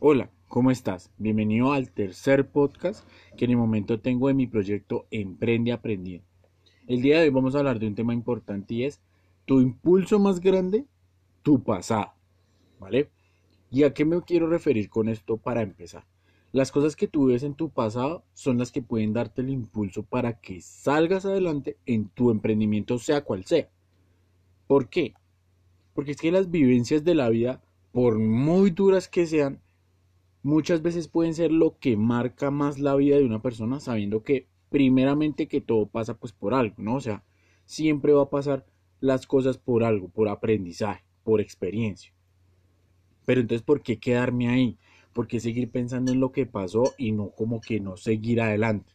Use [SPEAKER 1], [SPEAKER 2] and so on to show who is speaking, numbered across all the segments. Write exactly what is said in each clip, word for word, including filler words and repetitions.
[SPEAKER 1] Hola, ¿cómo estás? Bienvenido al tercer podcast que en el momento tengo de mi proyecto Emprende Aprendiendo. El día de hoy vamos a hablar de un tema importante y es tu impulso más grande, tu pasado, ¿vale? ¿Y a qué me quiero referir con esto para empezar? Las cosas que tú ves en tu pasado son las que pueden darte el impulso para que salgas adelante en tu emprendimiento, sea cual sea. ¿Por qué? Porque es que las vivencias de la vida, por muy duras que sean, muchas veces pueden ser lo que marca más la vida de una persona, sabiendo que primeramente que todo pasa pues por algo, ¿no? O sea, siempre va a pasar las cosas por algo, por aprendizaje, por experiencia. Pero entonces, ¿por qué quedarme ahí? ¿Por qué seguir pensando en lo que pasó y no como que no seguir adelante?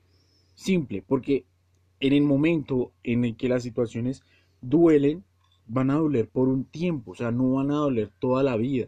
[SPEAKER 1] Simple, porque en el momento en el que las situaciones duelen, van a doler por un tiempo, o sea, no van a doler toda la vida.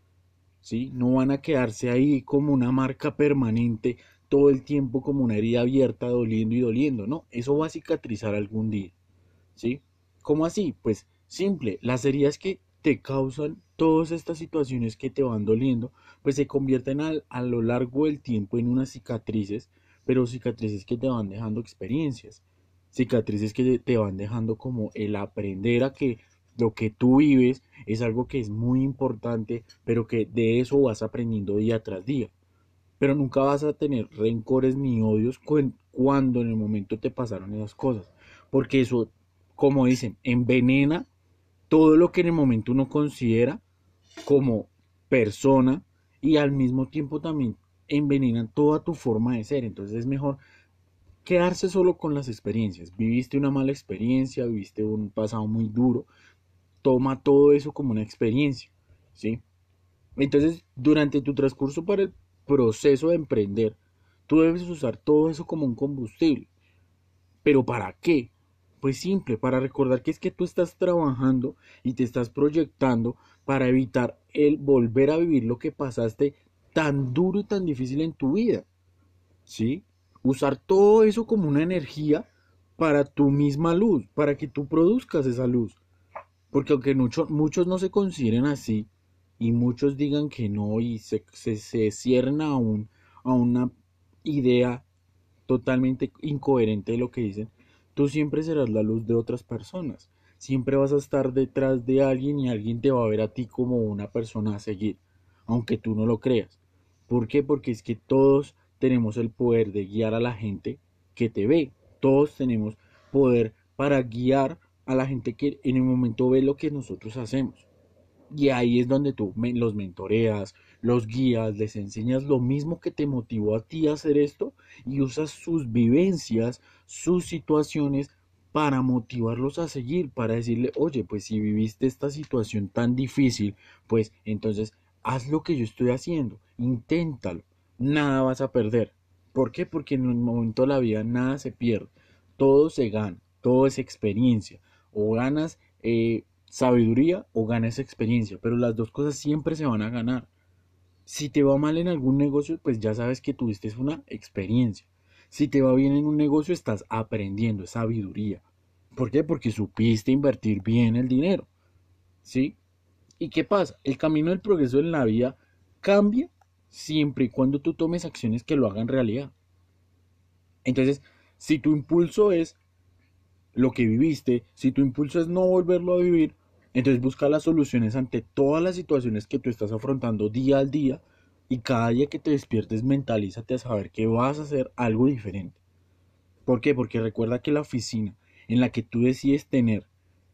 [SPEAKER 1] ¿Sí? No van a quedarse ahí como una marca permanente todo el tiempo como una herida abierta doliendo y doliendo, no, eso va a cicatrizar algún día, ¿sí? ¿Cómo así? Pues simple, las heridas que te causan todas estas situaciones que te van doliendo, pues se convierten al, a lo largo del tiempo en unas cicatrices, pero cicatrices que te van dejando experiencias, cicatrices que te van dejando como el aprender a que lo que tú vives es algo que es muy importante, pero que de eso vas aprendiendo día tras día. Pero nunca vas a tener rencores ni odios cuando en el momento te pasaron esas cosas. Porque eso, como dicen, envenena todo lo que en el momento uno considera como persona y al mismo tiempo también envenena toda tu forma de ser. Entonces es mejor quedarse solo con las experiencias. Viviste una mala experiencia, viviste un pasado muy duro, toma todo eso como una experiencia, ¿sí? Entonces, durante tu transcurso para el proceso de emprender, tú debes usar todo eso como un combustible. ¿Pero para qué? Pues simple, para recordar que es que tú estás trabajando y te estás proyectando para evitar el volver a vivir lo que pasaste tan duro y tan difícil en tu vida, ¿sí? Usar todo eso como una energía para tu misma luz, para que tú produzcas esa luz. Porque aunque mucho- muchos no se consideren así y muchos digan que no y se, se, se cierren a, un, a una idea totalmente incoherente de lo que dicen, tú siempre serás la luz de otras personas. Siempre vas a estar detrás de alguien y alguien te va a ver a ti como una persona a seguir, aunque tú no lo creas. ¿Por qué? Porque es que todos tenemos el poder de guiar a la gente que te ve. Todos tenemos poder para guiar a la gente que en el momento ve lo que nosotros hacemos. Y ahí es donde tú los mentoreas, los guías, les enseñas lo mismo que te motivó a ti a hacer esto y usas sus vivencias, sus situaciones para motivarlos a seguir, para decirle, oye, pues si viviste esta situación tan difícil, pues entonces haz lo que yo estoy haciendo, inténtalo, nada vas a perder. ¿Por qué? Porque en un momento de la vida nada se pierde, todo se gana, todo es experiencia. O ganas eh, sabiduría o ganas experiencia, pero las dos cosas siempre se van a ganar. Si te va mal en algún negocio, pues ya sabes que tuviste una experiencia. Si te va bien en un negocio, estás aprendiendo, es sabiduría. ¿Por qué? Porque supiste invertir bien el dinero, ¿sí? ¿Y qué pasa? El camino del progreso en la vida cambia siempre y cuando tú tomes acciones que lo hagan realidad. Entonces, si tu impulso es lo que viviste, si tu impulso es no volverlo a vivir, entonces busca las soluciones ante todas las situaciones que tú estás afrontando día al día y cada día que te despiertes mentalízate a saber que vas a hacer algo diferente. ¿Por qué? Porque recuerda que la oficina en la que tú decides tener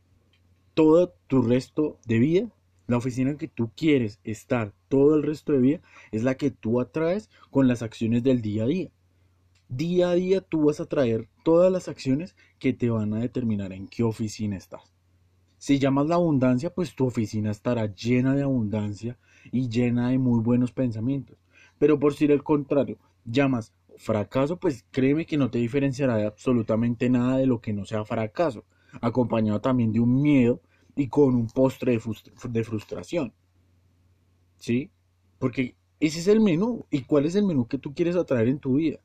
[SPEAKER 1] todo tu resto de vida, la oficina en que tú quieres estar todo el resto de vida, es la que tú atraes con las acciones del día a día. Día a día tú vas a traer todas las acciones que te van a determinar en qué oficina estás. Si llamas la abundancia, pues tu oficina estará llena de abundancia y llena de muy buenos pensamientos. Pero por si el contrario, llamas fracaso, pues créeme que no te diferenciará de absolutamente nada de lo que no sea fracaso, acompañado también de un miedo y con un postre de, frustra de frustración, ¿sí? Porque ese es el menú. ¿Y cuál es el menú que tú quieres atraer en tu vida?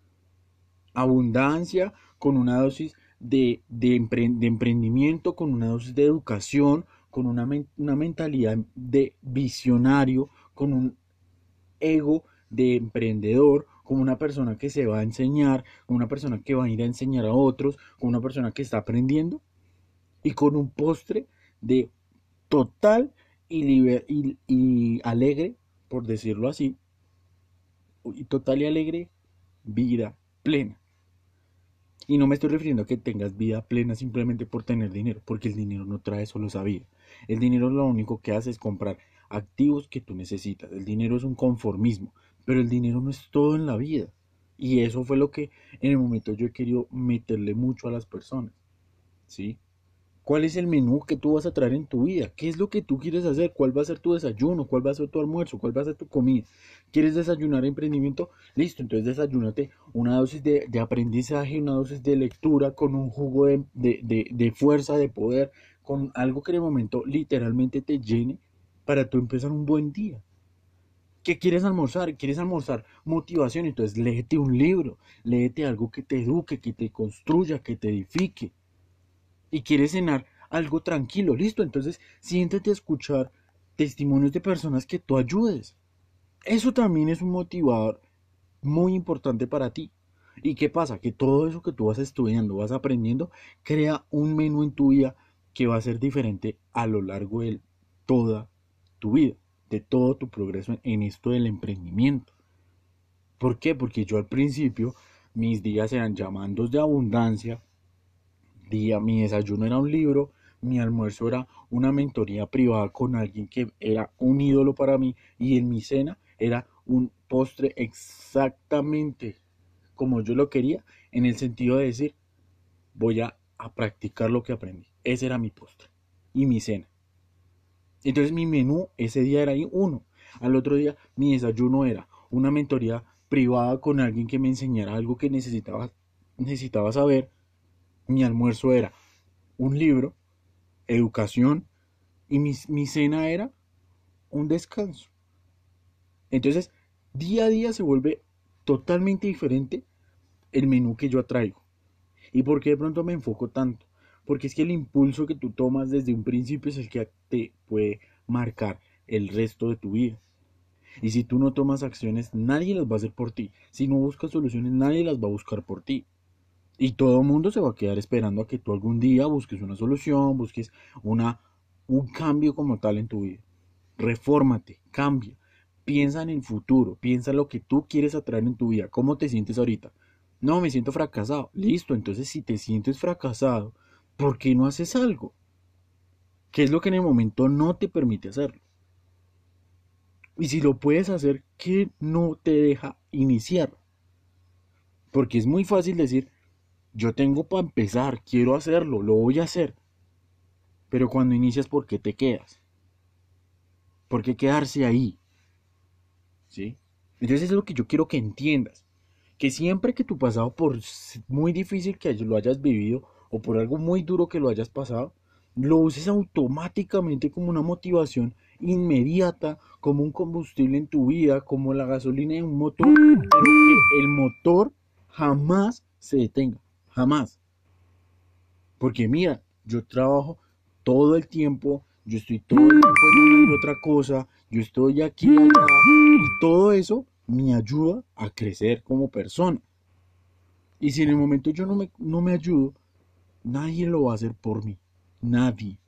[SPEAKER 1] Abundancia, con una dosis de, de, empre de emprendimiento, con una dosis de educación, con una, men una mentalidad de visionario, con un ego de emprendedor, como una persona que se va a enseñar, como una persona que va a ir a enseñar a otros, como una persona que está aprendiendo y con un postre de total y, liber y, y alegre, por decirlo así, y total y alegre vida plena. Y no me estoy refiriendo a que tengas vida plena simplemente por tener dinero, porque el dinero no trae solo esa vida. El dinero lo único que hace es comprar activos que tú necesitas. El dinero es un conformismo, pero el dinero no es todo en la vida. Y eso fue lo que en el momento yo he querido meterle mucho a las personas, ¿sí? ¿Cuál es el menú que tú vas a traer en tu vida? ¿Qué es lo que tú quieres hacer? ¿Cuál va a ser tu desayuno? ¿Cuál va a ser tu almuerzo? ¿Cuál va a ser tu comida? ¿Quieres desayunar emprendimiento? Listo, entonces desayúnate una dosis de, de aprendizaje, una dosis de lectura con un jugo de, de, de, de fuerza, de poder, con algo que de momento literalmente te llene para tú empezar un buen día. ¿Qué quieres almorzar? ¿Quieres almorzar motivación? Entonces léete un libro, léete algo que te eduque, que te construya, que te edifique. Y quieres cenar algo tranquilo, listo, entonces siéntate a escuchar testimonios de personas que tú ayudes. Eso también es un motivador muy importante para ti. ¿Y qué pasa? Que todo eso que tú vas estudiando, vas aprendiendo, crea un menú en tu vida que va a ser diferente a lo largo de toda tu vida, de todo tu progreso en esto del emprendimiento. ¿Por qué? Porque yo al principio mis días eran llamandos de abundancia, día, mi desayuno era un libro, mi almuerzo era una mentoría privada con alguien que era un ídolo para mí y en mi cena era un postre exactamente como yo lo quería, en el sentido de decir, voy a, a practicar lo que aprendí. Ese era mi postre y mi cena. Entonces mi menú ese día era ahí uno. Al otro día mi desayuno era una mentoría privada con alguien que me enseñara algo que necesitaba, necesitaba saber. Mi almuerzo era un libro, educación, y mi, mi cena era un descanso. Entonces, día a día se vuelve totalmente diferente el menú que yo traigo. ¿Y por qué de pronto me enfoco tanto? Porque es que el impulso que tú tomas desde un principio es el que te puede marcar el resto de tu vida. Y si tú no tomas acciones, nadie las va a hacer por ti. Si no buscas soluciones, nadie las va a buscar por ti. Y todo el mundo se va a quedar esperando a que tú algún día busques una solución, busques una, un cambio como tal en tu vida. Refórmate, cambia, piensa en el futuro, piensa lo que tú quieres atraer en tu vida, cómo te sientes ahorita. No, me siento fracasado. Listo, entonces si te sientes fracasado, ¿por qué no haces algo? ¿Qué es lo que en el momento no te permite hacerlo? Y si lo puedes hacer, ¿qué no te deja iniciar? Porque es muy fácil decir, yo tengo para empezar, quiero hacerlo, lo voy a hacer. Pero cuando inicias, ¿por qué te quedas? ¿Por qué quedarse ahí? ¿Sí? Entonces es lo que yo quiero que entiendas. Que siempre que tu pasado, por muy difícil que lo hayas vivido o por algo muy duro que lo hayas pasado, lo uses automáticamente como una motivación inmediata, como un combustible en tu vida, como la gasolina de un motor, pero que el motor jamás se detenga, jamás. Porque mira, yo trabajo todo el tiempo, yo estoy todo el tiempo en una y otra cosa, yo estoy aquí y allá, y todo eso me ayuda a crecer como persona. Y si en el momento yo no me, no me ayudo, nadie lo va a hacer por mí. Nadie.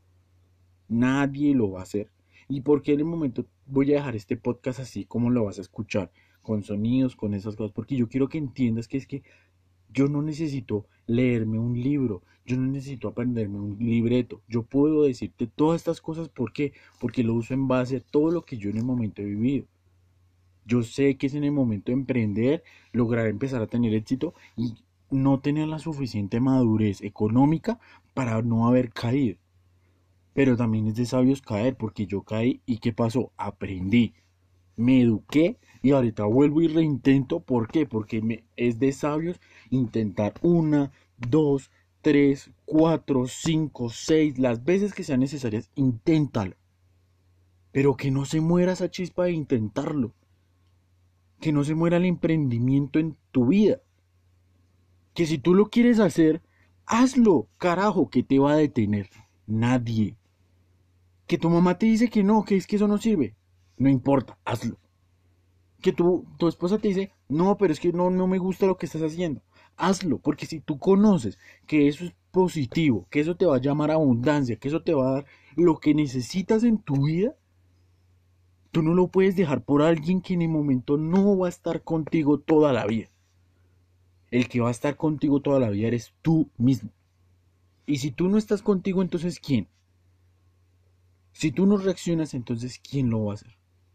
[SPEAKER 1] Nadie lo va a hacer. ¿Y por qué en el momento voy a dejar este podcast así como lo vas a escuchar? Con sonidos, con esas cosas. Porque yo quiero que entiendas que es que yo no necesito leerme un libro, yo no necesito aprenderme un libreto. Yo puedo decirte todas estas cosas, ¿por qué? Porque lo uso en base a todo lo que yo en el momento he vivido. Yo sé que es en el momento de emprender, lograr empezar a tener éxito y no tener la suficiente madurez económica para no haber caído. Pero también es de sabios caer, porque yo caí y ¿qué pasó? Aprendí, me eduqué y ahorita vuelvo y reintento. ¿Por qué? Porque me, es de sabios intentar una, dos, tres, cuatro, cinco, seis, las veces que sean necesarias, inténtalo. Pero que no se muera esa chispa de intentarlo. Que no se muera el emprendimiento en tu vida. Que si tú lo quieres hacer, hazlo, carajo, que te va a detener. Nadie. Que tu mamá te dice que no, que es que eso no sirve. No importa, hazlo. Que tu, tu esposa te dice, no, pero es que no, no me gusta lo que estás haciendo. Hazlo, porque si tú conoces que eso es positivo, que eso te va a llamar abundancia, que eso te va a dar lo que necesitas en tu vida, tú no lo puedes dejar por alguien que en el momento no va a estar contigo toda la vida. El que va a estar contigo toda la vida eres tú mismo. Y si tú no estás contigo, entonces ¿quién? Si tú no reaccionas, entonces ¿quién lo va a hacer?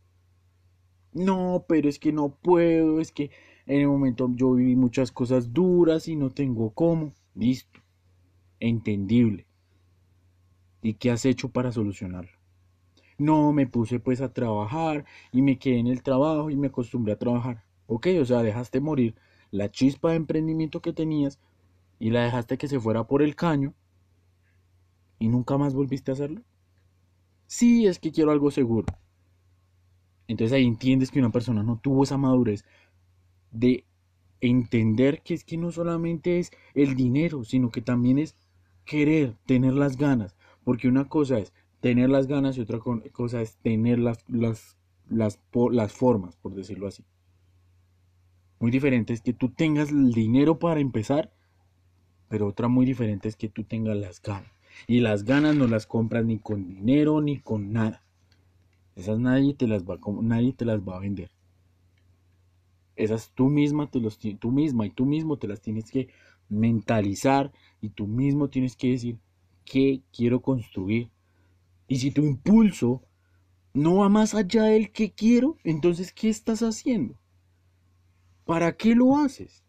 [SPEAKER 1] No, pero es que no puedo, es que en el momento yo viví muchas cosas duras y no tengo cómo. Listo, entendible. ¿Y qué has hecho para solucionarlo? No, me puse pues a trabajar y me quedé en el trabajo y me acostumbré a trabajar. Ok, o sea, dejaste morir la chispa de emprendimiento que tenías y la dejaste que se fuera por el caño y nunca más volviste a hacerlo. Sí, es que quiero algo seguro. Entonces ahí entiendes que una persona no tuvo esa madurez de entender que es que no solamente es el dinero, sino que también es querer, tener las ganas. Porque una cosa es tener las ganas y otra cosa es tener las, las, las, las formas, por decirlo así. Muy diferente es que tú tengas el dinero para empezar, pero otra muy diferente es que tú tengas las ganas. Y las ganas no las compras ni con dinero ni con nada. Esas nadie te las va, nadie te las va a vender. Esas tú misma, te los, tú misma y tú mismo te las tienes que mentalizar y tú mismo tienes que decir qué quiero construir. Y si tu impulso no va más allá del que quiero, entonces ¿qué estás haciendo? ¿Para qué lo haces?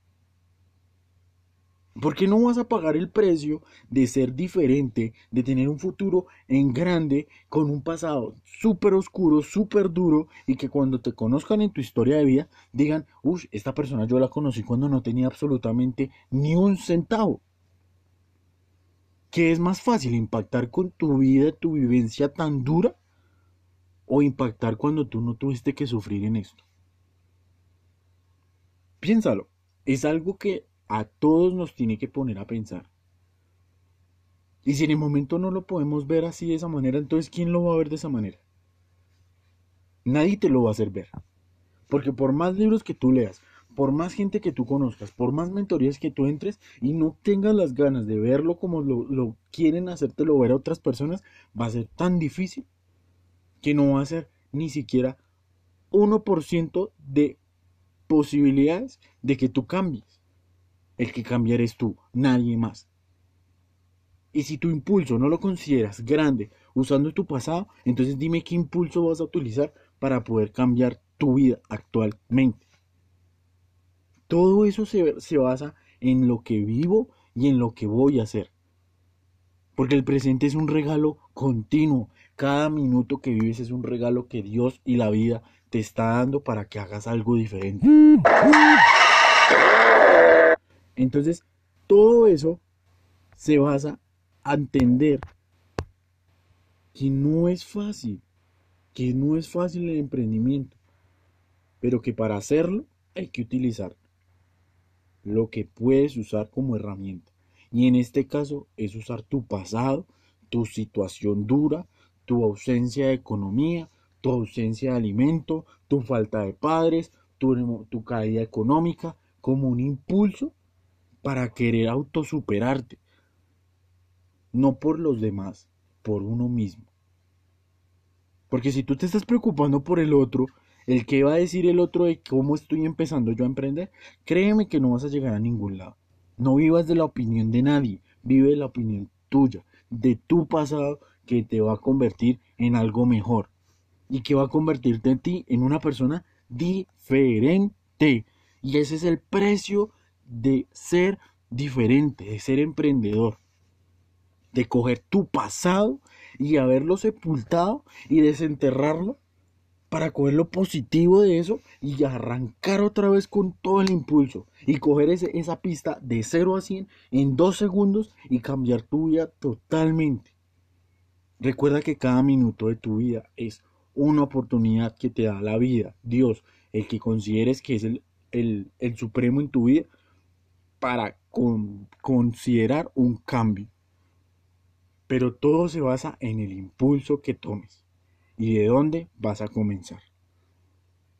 [SPEAKER 1] ¿Por qué no vas a pagar el precio de ser diferente, de tener un futuro en grande, con un pasado súper oscuro, súper duro, y que cuando te conozcan en tu historia de vida, digan, uff, esta persona yo la conocí cuando no tenía absolutamente ni un centavo? ¿Qué es más fácil, impactar con tu vida, tu vivencia tan dura, o impactar cuando tú no tuviste que sufrir en esto? Piénsalo, es algo que a todos nos tiene que poner a pensar. Y si en el momento no lo podemos ver así de esa manera, entonces ¿quién lo va a ver de esa manera? Nadie te lo va a hacer ver. Porque por más libros que tú leas, por más gente que tú conozcas, por más mentorías que tú entres y no tengas las ganas de verlo como lo, lo quieren hacértelo ver a otras personas, va a ser tan difícil que no va a ser ni siquiera uno por ciento de posibilidades de que tú cambies. El que cambiar es tú, nadie más. Y si tu impulso no lo consideras grande usando tu pasado, entonces dime qué impulso vas a utilizar para poder cambiar tu vida actualmente. Todo eso se, se basa en lo que vivo y en lo que voy a hacer. Porque el presente es un regalo continuo. Cada minuto que vives es un regalo que Dios y la vida te está dando para que hagas algo diferente. Entonces, todo eso se basa a entender que no es fácil, que no es fácil el emprendimiento, pero que para hacerlo hay que utilizar lo que puedes usar como herramienta. Y en este caso es usar tu pasado, tu situación dura, tu ausencia de economía, tu ausencia de alimento, tu falta de padres, tu, tu caída económica, como un impulso para querer autosuperarte, no por los demás, por uno mismo. Porque si tú te estás preocupando por el otro, el que va a decir el otro de cómo estoy empezando yo a emprender, créeme que no vas a llegar a ningún lado. No vivas de la opinión de nadie, vive de la opinión tuya, de tu pasado, que te va a convertir en algo mejor y que va a convertirte en ti en una persona diferente. Y ese es el precio de ser diferente, de ser emprendedor, de coger tu pasado y haberlo sepultado y desenterrarlo para coger lo positivo de eso y arrancar otra vez con todo el impulso y coger ese, esa pista de cero a cien en dos segundos y cambiar tu vida totalmente. Recuerda que cada minuto de tu vida es una oportunidad que te da la vida, Dios, el que consideres que es el, el, el supremo en tu vida, para con, considerar un cambio. Pero todo se basa en el impulso que tomes y de dónde vas a comenzar.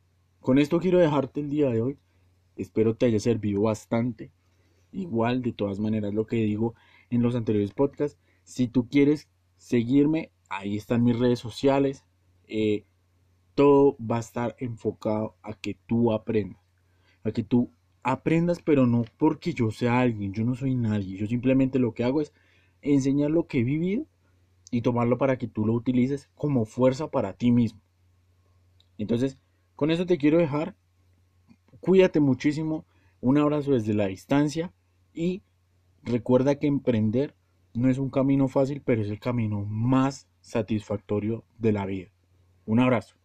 [SPEAKER 1] Con esto quiero dejarte el día de hoy. Espero te haya servido bastante. Igual, de todas maneras, lo que digo en los anteriores podcasts, si tú quieres seguirme, ahí están mis redes sociales. Eh, todo va a estar enfocado a que tú aprendas. A que tú aprendas, pero no porque yo sea alguien. Yo no soy nadie. Yo simplemente lo que hago es enseñar lo que he vivido y tomarlo para que tú lo utilices como fuerza para ti mismo. Entonces, con eso te quiero dejar. Cuídate muchísimo. Un abrazo desde la distancia y recuerda que emprender no es un camino fácil, pero es el camino más satisfactorio de la vida. Un abrazo.